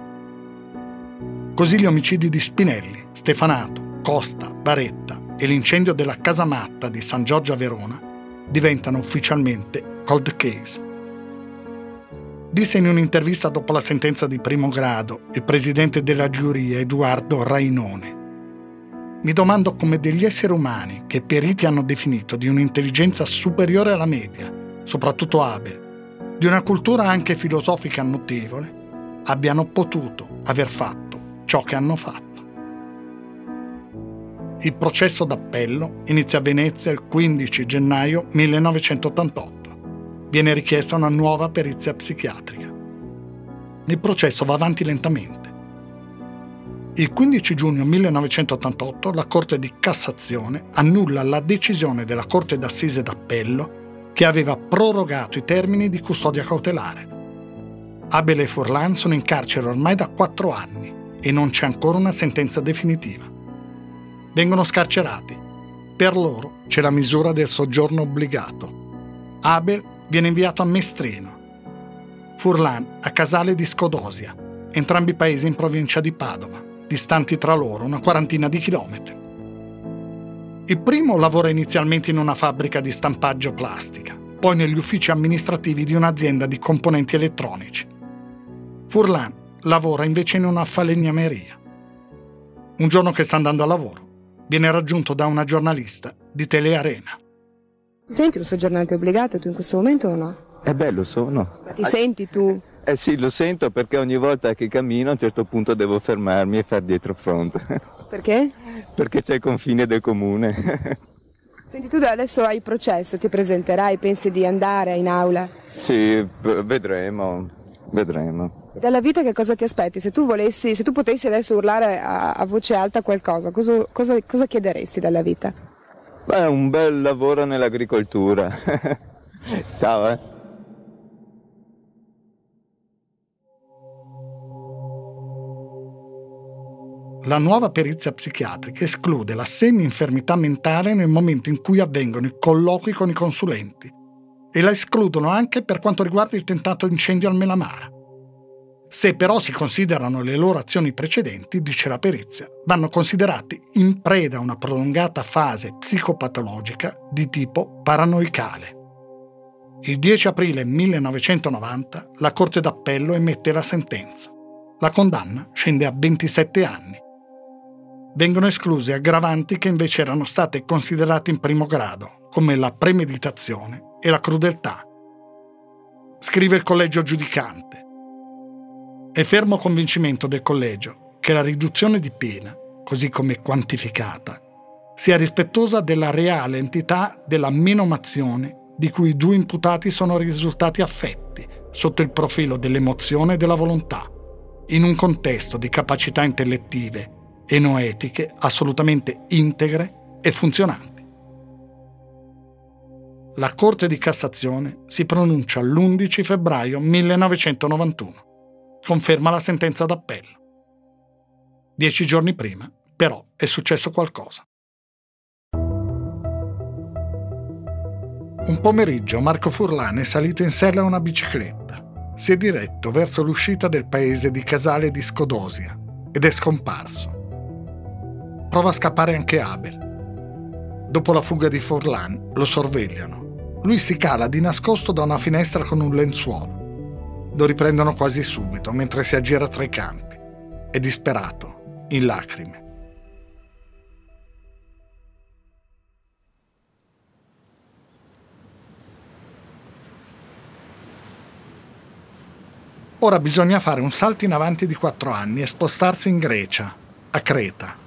Così gli omicidi di Spinelli, Stefanato, Costa, Baretta e l'incendio della casamatta di San Giorgio a Verona diventano ufficialmente cold case. Disse in un'intervista dopo la sentenza di primo grado il presidente della giuria Edoardo Rainone: mi domando come degli esseri umani che periti hanno definito di un'intelligenza superiore alla media, soprattutto Abel, di una cultura anche filosofica notevole, abbiano potuto aver fatto ciò che hanno fatto. Il processo d'appello inizia a Venezia il quindici gennaio millenovecentottantotto. Viene richiesta una nuova perizia psichiatrica. Il processo va avanti lentamente. Il quindici giugno millenovecentottantotto la Corte di Cassazione annulla la decisione della Corte d'Assise d'Appello che aveva prorogato i termini di custodia cautelare. Abel e Furlan sono in carcere ormai da quattro anni e non c'è ancora una sentenza definitiva. Vengono scarcerati. Per loro c'è la misura del soggiorno obbligato. Abel viene inviato a Mestrino, Furlan a Casale di Scodosia, entrambi paesi in provincia di Padova, distanti tra loro una quarantina di chilometri. Il primo lavora inizialmente in una fabbrica di stampaggio plastica, poi negli uffici amministrativi di un'azienda di componenti elettronici. Furlan lavora invece in una falegnameria. Un giorno che sta andando a lavoro, viene raggiunto da una giornalista di Telearena. Ti senti un soggiornante obbligato tu in questo momento o no? Eh beh, lo sono. Ma ti ah, senti tu? Eh sì, lo sento perché ogni volta che cammino a un certo punto devo fermarmi e far dietro fronte. Perché? Perché c'è il confine del comune. Senti, tu adesso hai processo, ti presenterai, pensi di andare in aula? Sì, vedremo, vedremo. E dalla vita che cosa ti aspetti? Se tu volessi, se tu potessi adesso urlare a, a voce alta qualcosa, cosa, cosa, cosa chiederesti dalla vita? Beh, un bel lavoro nell'agricoltura. Ciao, eh. La nuova perizia psichiatrica esclude la semi-infermità mentale nel momento in cui avvengono i colloqui con i consulenti e la escludono anche per quanto riguarda il tentato incendio al Melamara. Se però si considerano le loro azioni precedenti, dice la perizia, vanno considerati in preda a una prolungata fase psicopatologica di tipo paranoicale. Il dieci aprile millenovecentonovanta la Corte d'Appello emette la sentenza. La condanna scende a ventisette anni. Vengono escluse aggravanti che invece erano state considerate in primo grado, come la premeditazione e la crudeltà. Scrive il collegio giudicante. È fermo convincimento del collegio che la riduzione di pena, così come quantificata, sia rispettosa della reale entità della menomazione di cui i due imputati sono risultati affetti sotto il profilo dell'emozione e della volontà, in un contesto di capacità intellettive e noetiche assolutamente integre e funzionanti. La Corte di Cassazione si pronuncia l'undici febbraio millenovecentonovantuno. Conferma la sentenza d'appello. Dieci giorni prima Però è successo qualcosa. Un pomeriggio Marco Furlan è salito in sella a una bicicletta. Si è diretto verso l'uscita del paese di Casale di Scodosia ed è scomparso. Prova a scappare anche Abel. Dopo la fuga di Furlan lo sorvegliano. Lui si cala di nascosto da una finestra con un lenzuolo. Lo riprendono quasi subito mentre si aggira tra i campi. È disperato, in lacrime. Ora bisogna fare un salto in avanti di quattro anni e spostarsi in Grecia, a Creta.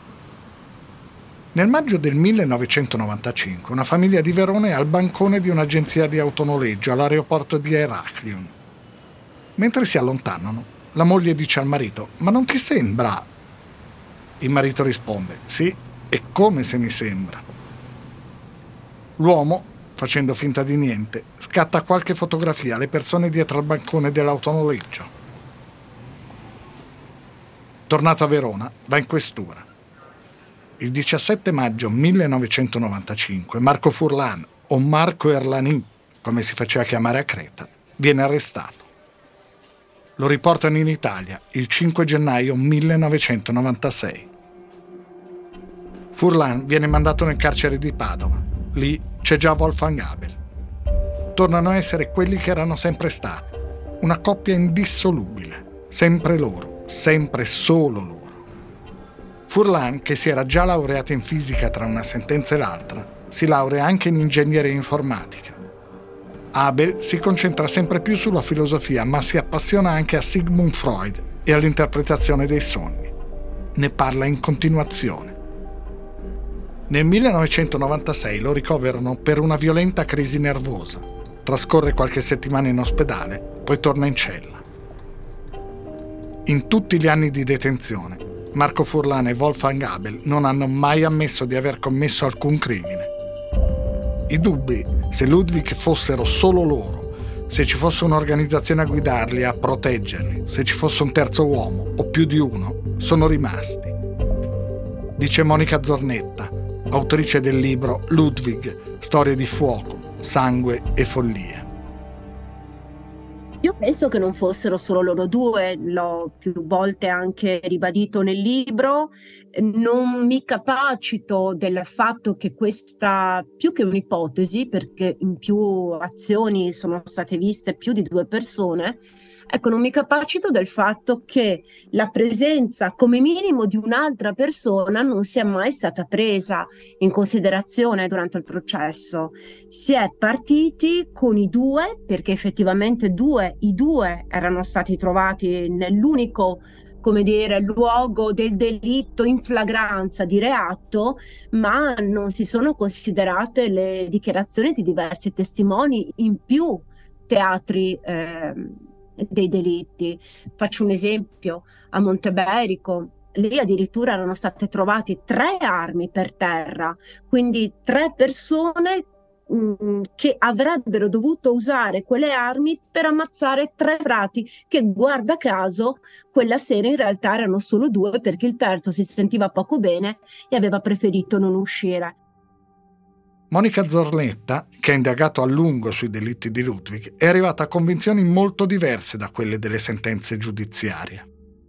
Nel maggio del millenovecentonovantacinque una famiglia di Verona è al bancone di un'agenzia di autonoleggio all'aeroporto di Heraklion. Mentre si allontanano, la moglie dice al marito: «Ma non ti sembra?» Il marito risponde: «Sì, è come se mi sembra». L'uomo, facendo finta di niente, scatta qualche fotografia alle persone dietro al bancone dell'autonoleggio. Tornato a Verona, va in questura. Il diciassette maggio millenovecentonovantacinque Marco Furlan, o Marco Erlanin, come si faceva chiamare a Creta, viene arrestato. Lo riportano in Italia il cinque gennaio millenovecentonovantasei. Furlan viene mandato nel carcere di Padova. Lì c'è già Wolfgang Abel. Tornano a essere quelli che erano sempre stati, una coppia indissolubile, sempre loro, sempre solo loro. Furlan, che si era già laureato in fisica tra una sentenza e l'altra, si laurea anche in ingegneria informatica. Abel si concentra sempre più sulla filosofia, ma si appassiona anche a Sigmund Freud e all'interpretazione dei sogni. Ne parla in continuazione. Nel millenovecentonovantasei lo ricoverano per una violenta crisi nervosa. Trascorre qualche settimana in ospedale, poi torna in cella. In tutti gli anni di detenzione, Marco Furlan e Wolfgang Abel non hanno mai ammesso di aver commesso alcun crimine. I dubbi se Ludwig fossero solo loro, se ci fosse un'organizzazione a guidarli e a proteggerli, se ci fosse un terzo uomo o più di uno, sono rimasti. Dice Monica Zornetta, autrice del libro Ludwig, storie di fuoco, sangue e follia. Io penso che non fossero solo loro due, l'ho più volte anche ribadito nel libro, non mi capacito del fatto che questa, più che un'ipotesi, perché in più azioni sono state viste più di due persone, ecco, non mi capacito del fatto che la presenza come minimo di un'altra persona non sia mai stata presa in considerazione durante il processo. Si è partiti con i due, perché effettivamente due, i due erano stati trovati nell'unico, come dire, luogo del delitto in flagranza di reato, ma non si sono considerate le dichiarazioni di diversi testimoni in più teatri eh, dei delitti. Faccio un esempio: a Monteberico, lì addirittura erano state trovate tre armi per terra, quindi tre persone mh, che avrebbero dovuto usare quelle armi per ammazzare tre frati che, guarda caso, quella sera in realtà erano solo due, perché il terzo si sentiva poco bene e aveva preferito non uscire. Monica Zornetta, che ha indagato a lungo sui delitti di Ludwig, è arrivata a convinzioni molto diverse da quelle delle sentenze giudiziarie.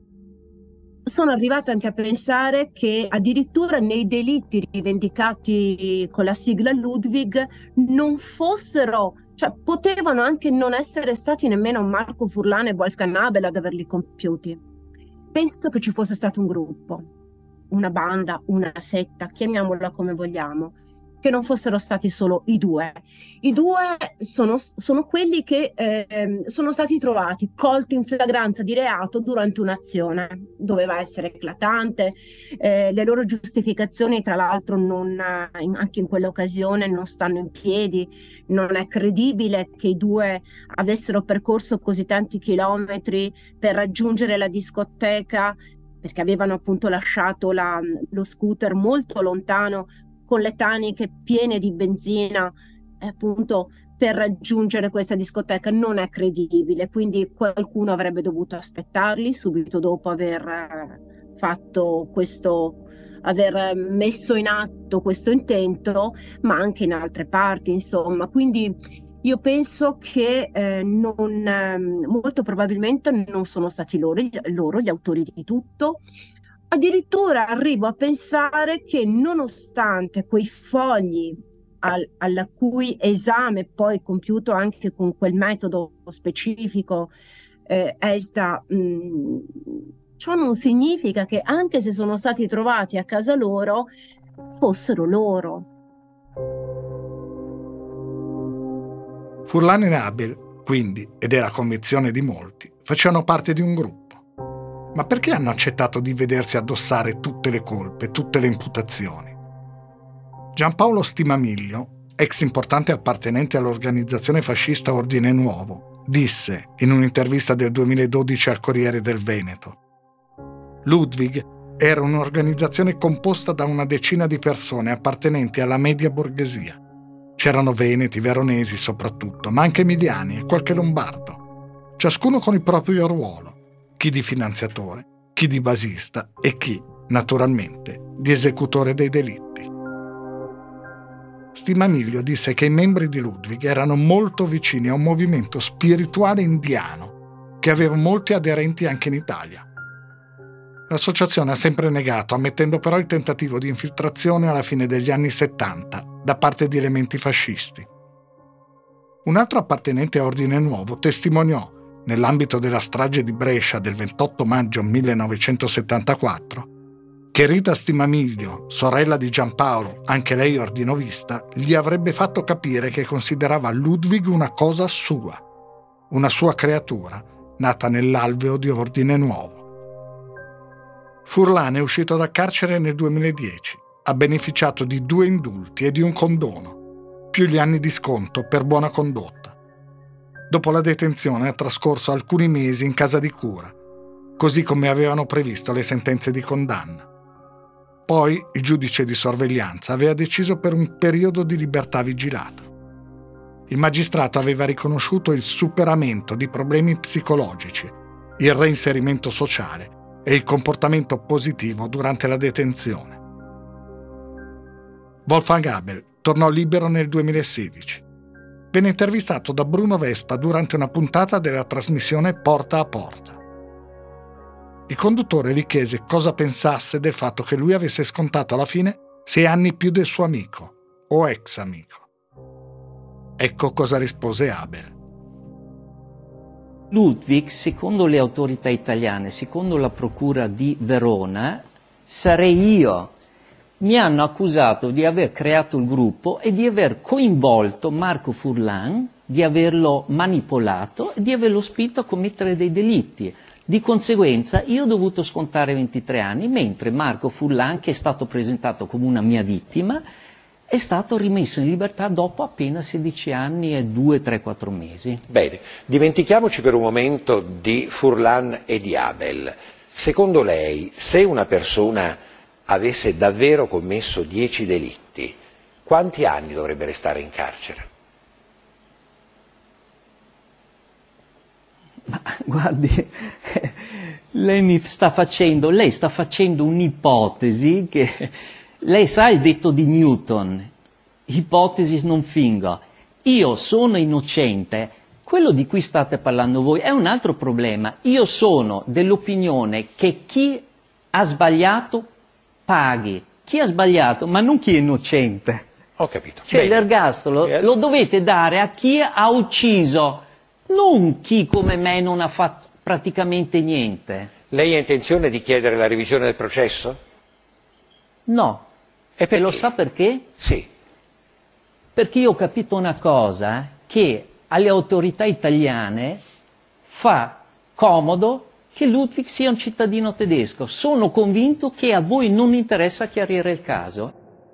Sono arrivata anche a pensare che addirittura nei delitti rivendicati con la sigla Ludwig non fossero, cioè potevano anche non essere stati nemmeno Marco Furlan e Wolfgang Abel ad averli compiuti. Penso che ci fosse stato un gruppo, una banda, una setta, chiamiamola come vogliamo, che non fossero stati solo i due. I due sono, sono quelli che eh, sono stati trovati, colti in flagranza di reato durante un'azione. Doveva essere eclatante, eh, le loro giustificazioni tra l'altro non, anche in quell'occasione non stanno in piedi, non è credibile che i due avessero percorso così tanti chilometri per raggiungere la discoteca, perché avevano appunto lasciato la, lo scooter molto lontano, con le taniche piene di benzina, appunto, per raggiungere questa discoteca. Non è credibile, quindi qualcuno avrebbe dovuto aspettarli subito dopo aver fatto questo, aver messo in atto questo intento, ma anche in altre parti, insomma. Quindi io penso che eh, non, eh, molto probabilmente non sono stati loro, loro gli autori di tutto. Addirittura arrivo a pensare che nonostante quei fogli al, alla cui esame poi compiuto anche con quel metodo specifico eh, ESTA, mh, ciò non significa che anche se sono stati trovati a casa loro, fossero loro. Furlan e Abel, quindi, ed è la convinzione di molti, facevano parte di un gruppo. Ma perché hanno accettato di vedersi addossare tutte le colpe, tutte le imputazioni? Giampaolo Stimamiglio, ex importante appartenente all'organizzazione fascista Ordine Nuovo, disse in un'intervista del duemiladodici al Corriere del Veneto: Ludwig era un'organizzazione composta da una decina di persone appartenenti alla media borghesia. C'erano veneti, veronesi soprattutto, ma anche emiliani e qualche lombardo, ciascuno con il proprio ruolo, chi di finanziatore, chi di basista e chi, naturalmente, di esecutore dei delitti. Stimamiglio disse che i membri di Ludwig erano molto vicini a un movimento spirituale indiano che aveva molti aderenti anche in Italia. L'associazione ha sempre negato, ammettendo però il tentativo di infiltrazione alla fine degli anni settanta da parte di elementi fascisti. Un altro appartenente a Ordine Nuovo testimoniò, nell'ambito della strage di Brescia del ventotto maggio millenovecentosettantaquattro, che Rita Stimamiglio, sorella di Giampaolo, anche lei ordinovista, gli avrebbe fatto capire che considerava Ludwig una cosa sua, una sua creatura, nata nell'alveo di Ordine Nuovo. Furlan è uscito da carcere nel duemiladieci, ha beneficiato di due indulti e di un condono, più gli anni di sconto per buona condotta. Dopo la detenzione ha trascorso alcuni mesi in casa di cura, così come avevano previsto le sentenze di condanna. Poi il giudice di sorveglianza aveva deciso per un periodo di libertà vigilata. Il magistrato aveva riconosciuto il superamento di problemi psicologici, il reinserimento sociale e il comportamento positivo durante la detenzione. Wolfgang Abel tornò libero nel duemilasedici. Venne intervistato da Bruno Vespa durante una puntata della trasmissione Porta a Porta. Il conduttore gli chiese cosa pensasse del fatto che lui avesse scontato alla fine sei anni più del suo amico, o ex amico. Ecco cosa rispose Abel. Ludwig, secondo le autorità italiane, secondo la procura di Verona, sarei io. Mi hanno accusato di aver creato il gruppo e di aver coinvolto Marco Furlan, di averlo manipolato e di averlo spinto a commettere dei delitti. Di conseguenza io ho dovuto scontare ventitré anni, mentre Marco Furlan, che è stato presentato come una mia vittima, è stato rimesso in libertà dopo appena sedici anni e due, tre, quattro mesi. Bene, dimentichiamoci per un momento di Furlan e di Abel. Secondo lei, se una persona avesse davvero commesso dieci delitti, quanti anni dovrebbe restare in carcere? Ma guardi, lei mi sta facendo, lei sta facendo un'ipotesi che, lei sa il detto di Newton, ipotesi non fingo. Io sono innocente, quello di cui state parlando voi è un altro problema. Io sono dell'opinione che chi ha sbagliato paghi, chi ha sbagliato, ma non chi è innocente. Ho capito. Cioè Bene. l'ergastolo Eh, lo dovete dare a chi ha ucciso, non chi come me non ha fatto praticamente niente. Lei ha intenzione di chiedere la revisione del processo? No. E perché? lo sa perché? Sì. Perché io ho capito una cosa, che alle autorità italiane fa comodo che Ludwig sia un cittadino tedesco. Sono convinto che a voi non interessa chiarire il caso.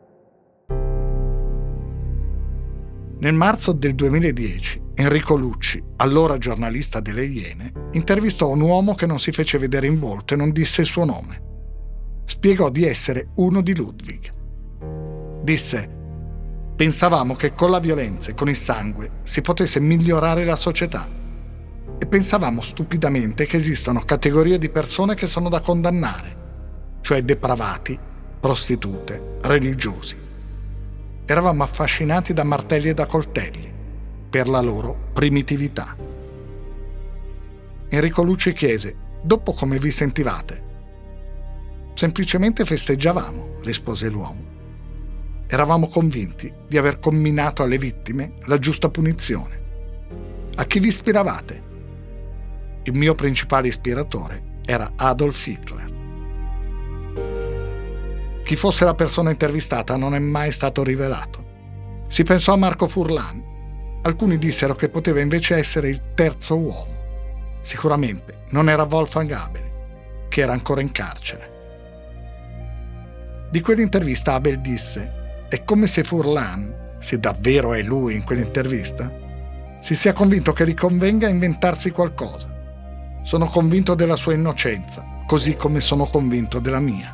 Nel marzo del duemiladieci, Enrico Lucci, allora giornalista delle Iene, intervistò un uomo che non si fece vedere in volto e non disse il suo nome. Spiegò di essere uno di Ludwig. Disse: pensavamo che con la violenza e con il sangue si potesse migliorare la società. E pensavamo stupidamente che esistono categorie di persone che sono da condannare. cioè depravati, prostitute, religiosi. Eravamo affascinati da martelli e da coltelli, per la loro primitività. Enrico Lucci chiese: dopo come vi sentivate? Semplicemente festeggiavamo, rispose l'uomo. Eravamo convinti di aver comminato alle vittime la giusta punizione. A chi vi ispiravate? Il mio principale ispiratore era Adolf Hitler. Chi fosse la persona intervistata non è mai stato rivelato. Si pensò a Marco Furlan. Alcuni dissero che poteva invece essere il terzo uomo. Sicuramente non era Wolfgang Abel, che era ancora in carcere. Di quell'intervista Abel disse: è come se Furlan, se davvero è lui in quell'intervista, si sia convinto che gli convenga inventarsi qualcosa. Sono convinto della sua innocenza, così come sono convinto della mia.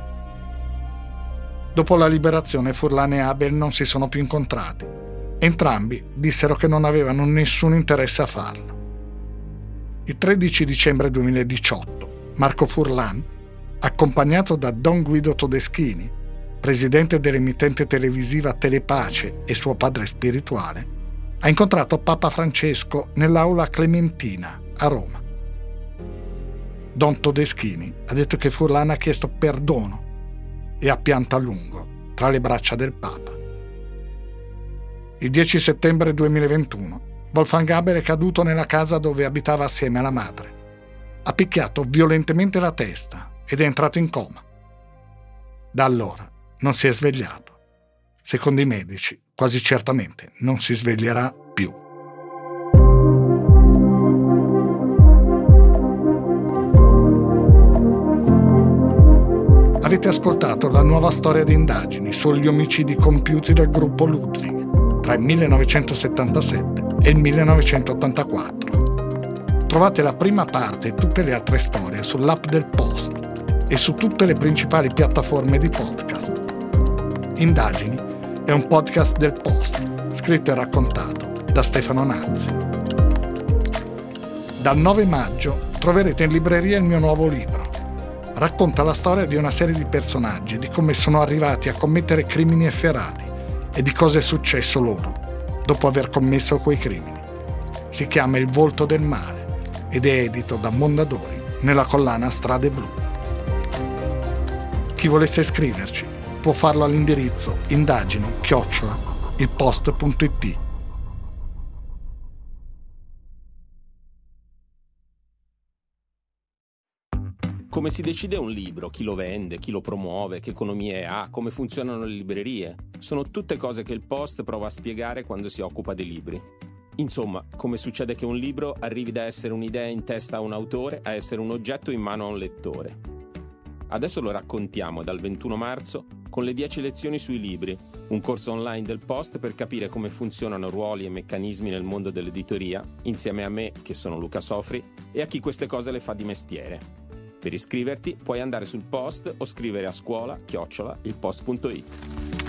Dopo la liberazione Furlan e Abel non si sono più incontrati. Entrambi dissero che non avevano nessun interesse a farlo. Il tredici dicembre duemiladiciotto, Marco Furlan, accompagnato da Don Guido Todeschini, presidente dell'emittente televisiva Telepace e suo padre spirituale, ha incontrato Papa Francesco nell'Aula Clementina a Roma. Don Todeschini ha detto che Furlan ha chiesto perdono e ha pianto a lungo tra le braccia del Papa. Il dieci settembre duemilaventuno, Wolfgang Abel è caduto nella casa dove abitava assieme alla madre. Ha picchiato violentemente la testa ed è entrato in coma. Da allora non si è svegliato. Secondo i medici, quasi certamente non si sveglierà più. Avete ascoltato la nuova storia di indagini sugli omicidi compiuti dal gruppo Ludwig tra il millenovecentosettantasette e il millenovecentottantaquattro. Trovate la prima parte e tutte le altre storie sull'app del Post e su tutte le principali piattaforme di podcast. Indagini è un podcast del Post, scritto e raccontato da Stefano Nazzi. Dal nove maggio troverete in libreria il mio nuovo libro. Racconta la storia di una serie di personaggi, di come sono arrivati a commettere crimini efferati e di cosa è successo loro dopo aver commesso quei crimini. Si chiama Il volto del male ed è edito da Mondadori nella collana Strade Blu. Chi volesse scriverci può farlo all'indirizzo indagini chiocciola ilpost punto it. Come si decide un libro, chi lo vende, chi lo promuove, che economie ha, come funzionano le librerie? Sono tutte cose che il Post prova a spiegare quando si occupa dei libri. Insomma, come succede che un libro arrivi da essere un'idea in testa a un autore a essere un oggetto in mano a un lettore. Adesso lo raccontiamo dal ventuno marzo con le dieci lezioni sui libri, un corso online del Post per capire come funzionano ruoli e meccanismi nel mondo dell'editoria, insieme a me, che sono Luca Sofri, e a chi queste cose le fa di mestiere. Per iscriverti puoi andare sul Post o scrivere a scuola chiocciola ilpost punto it.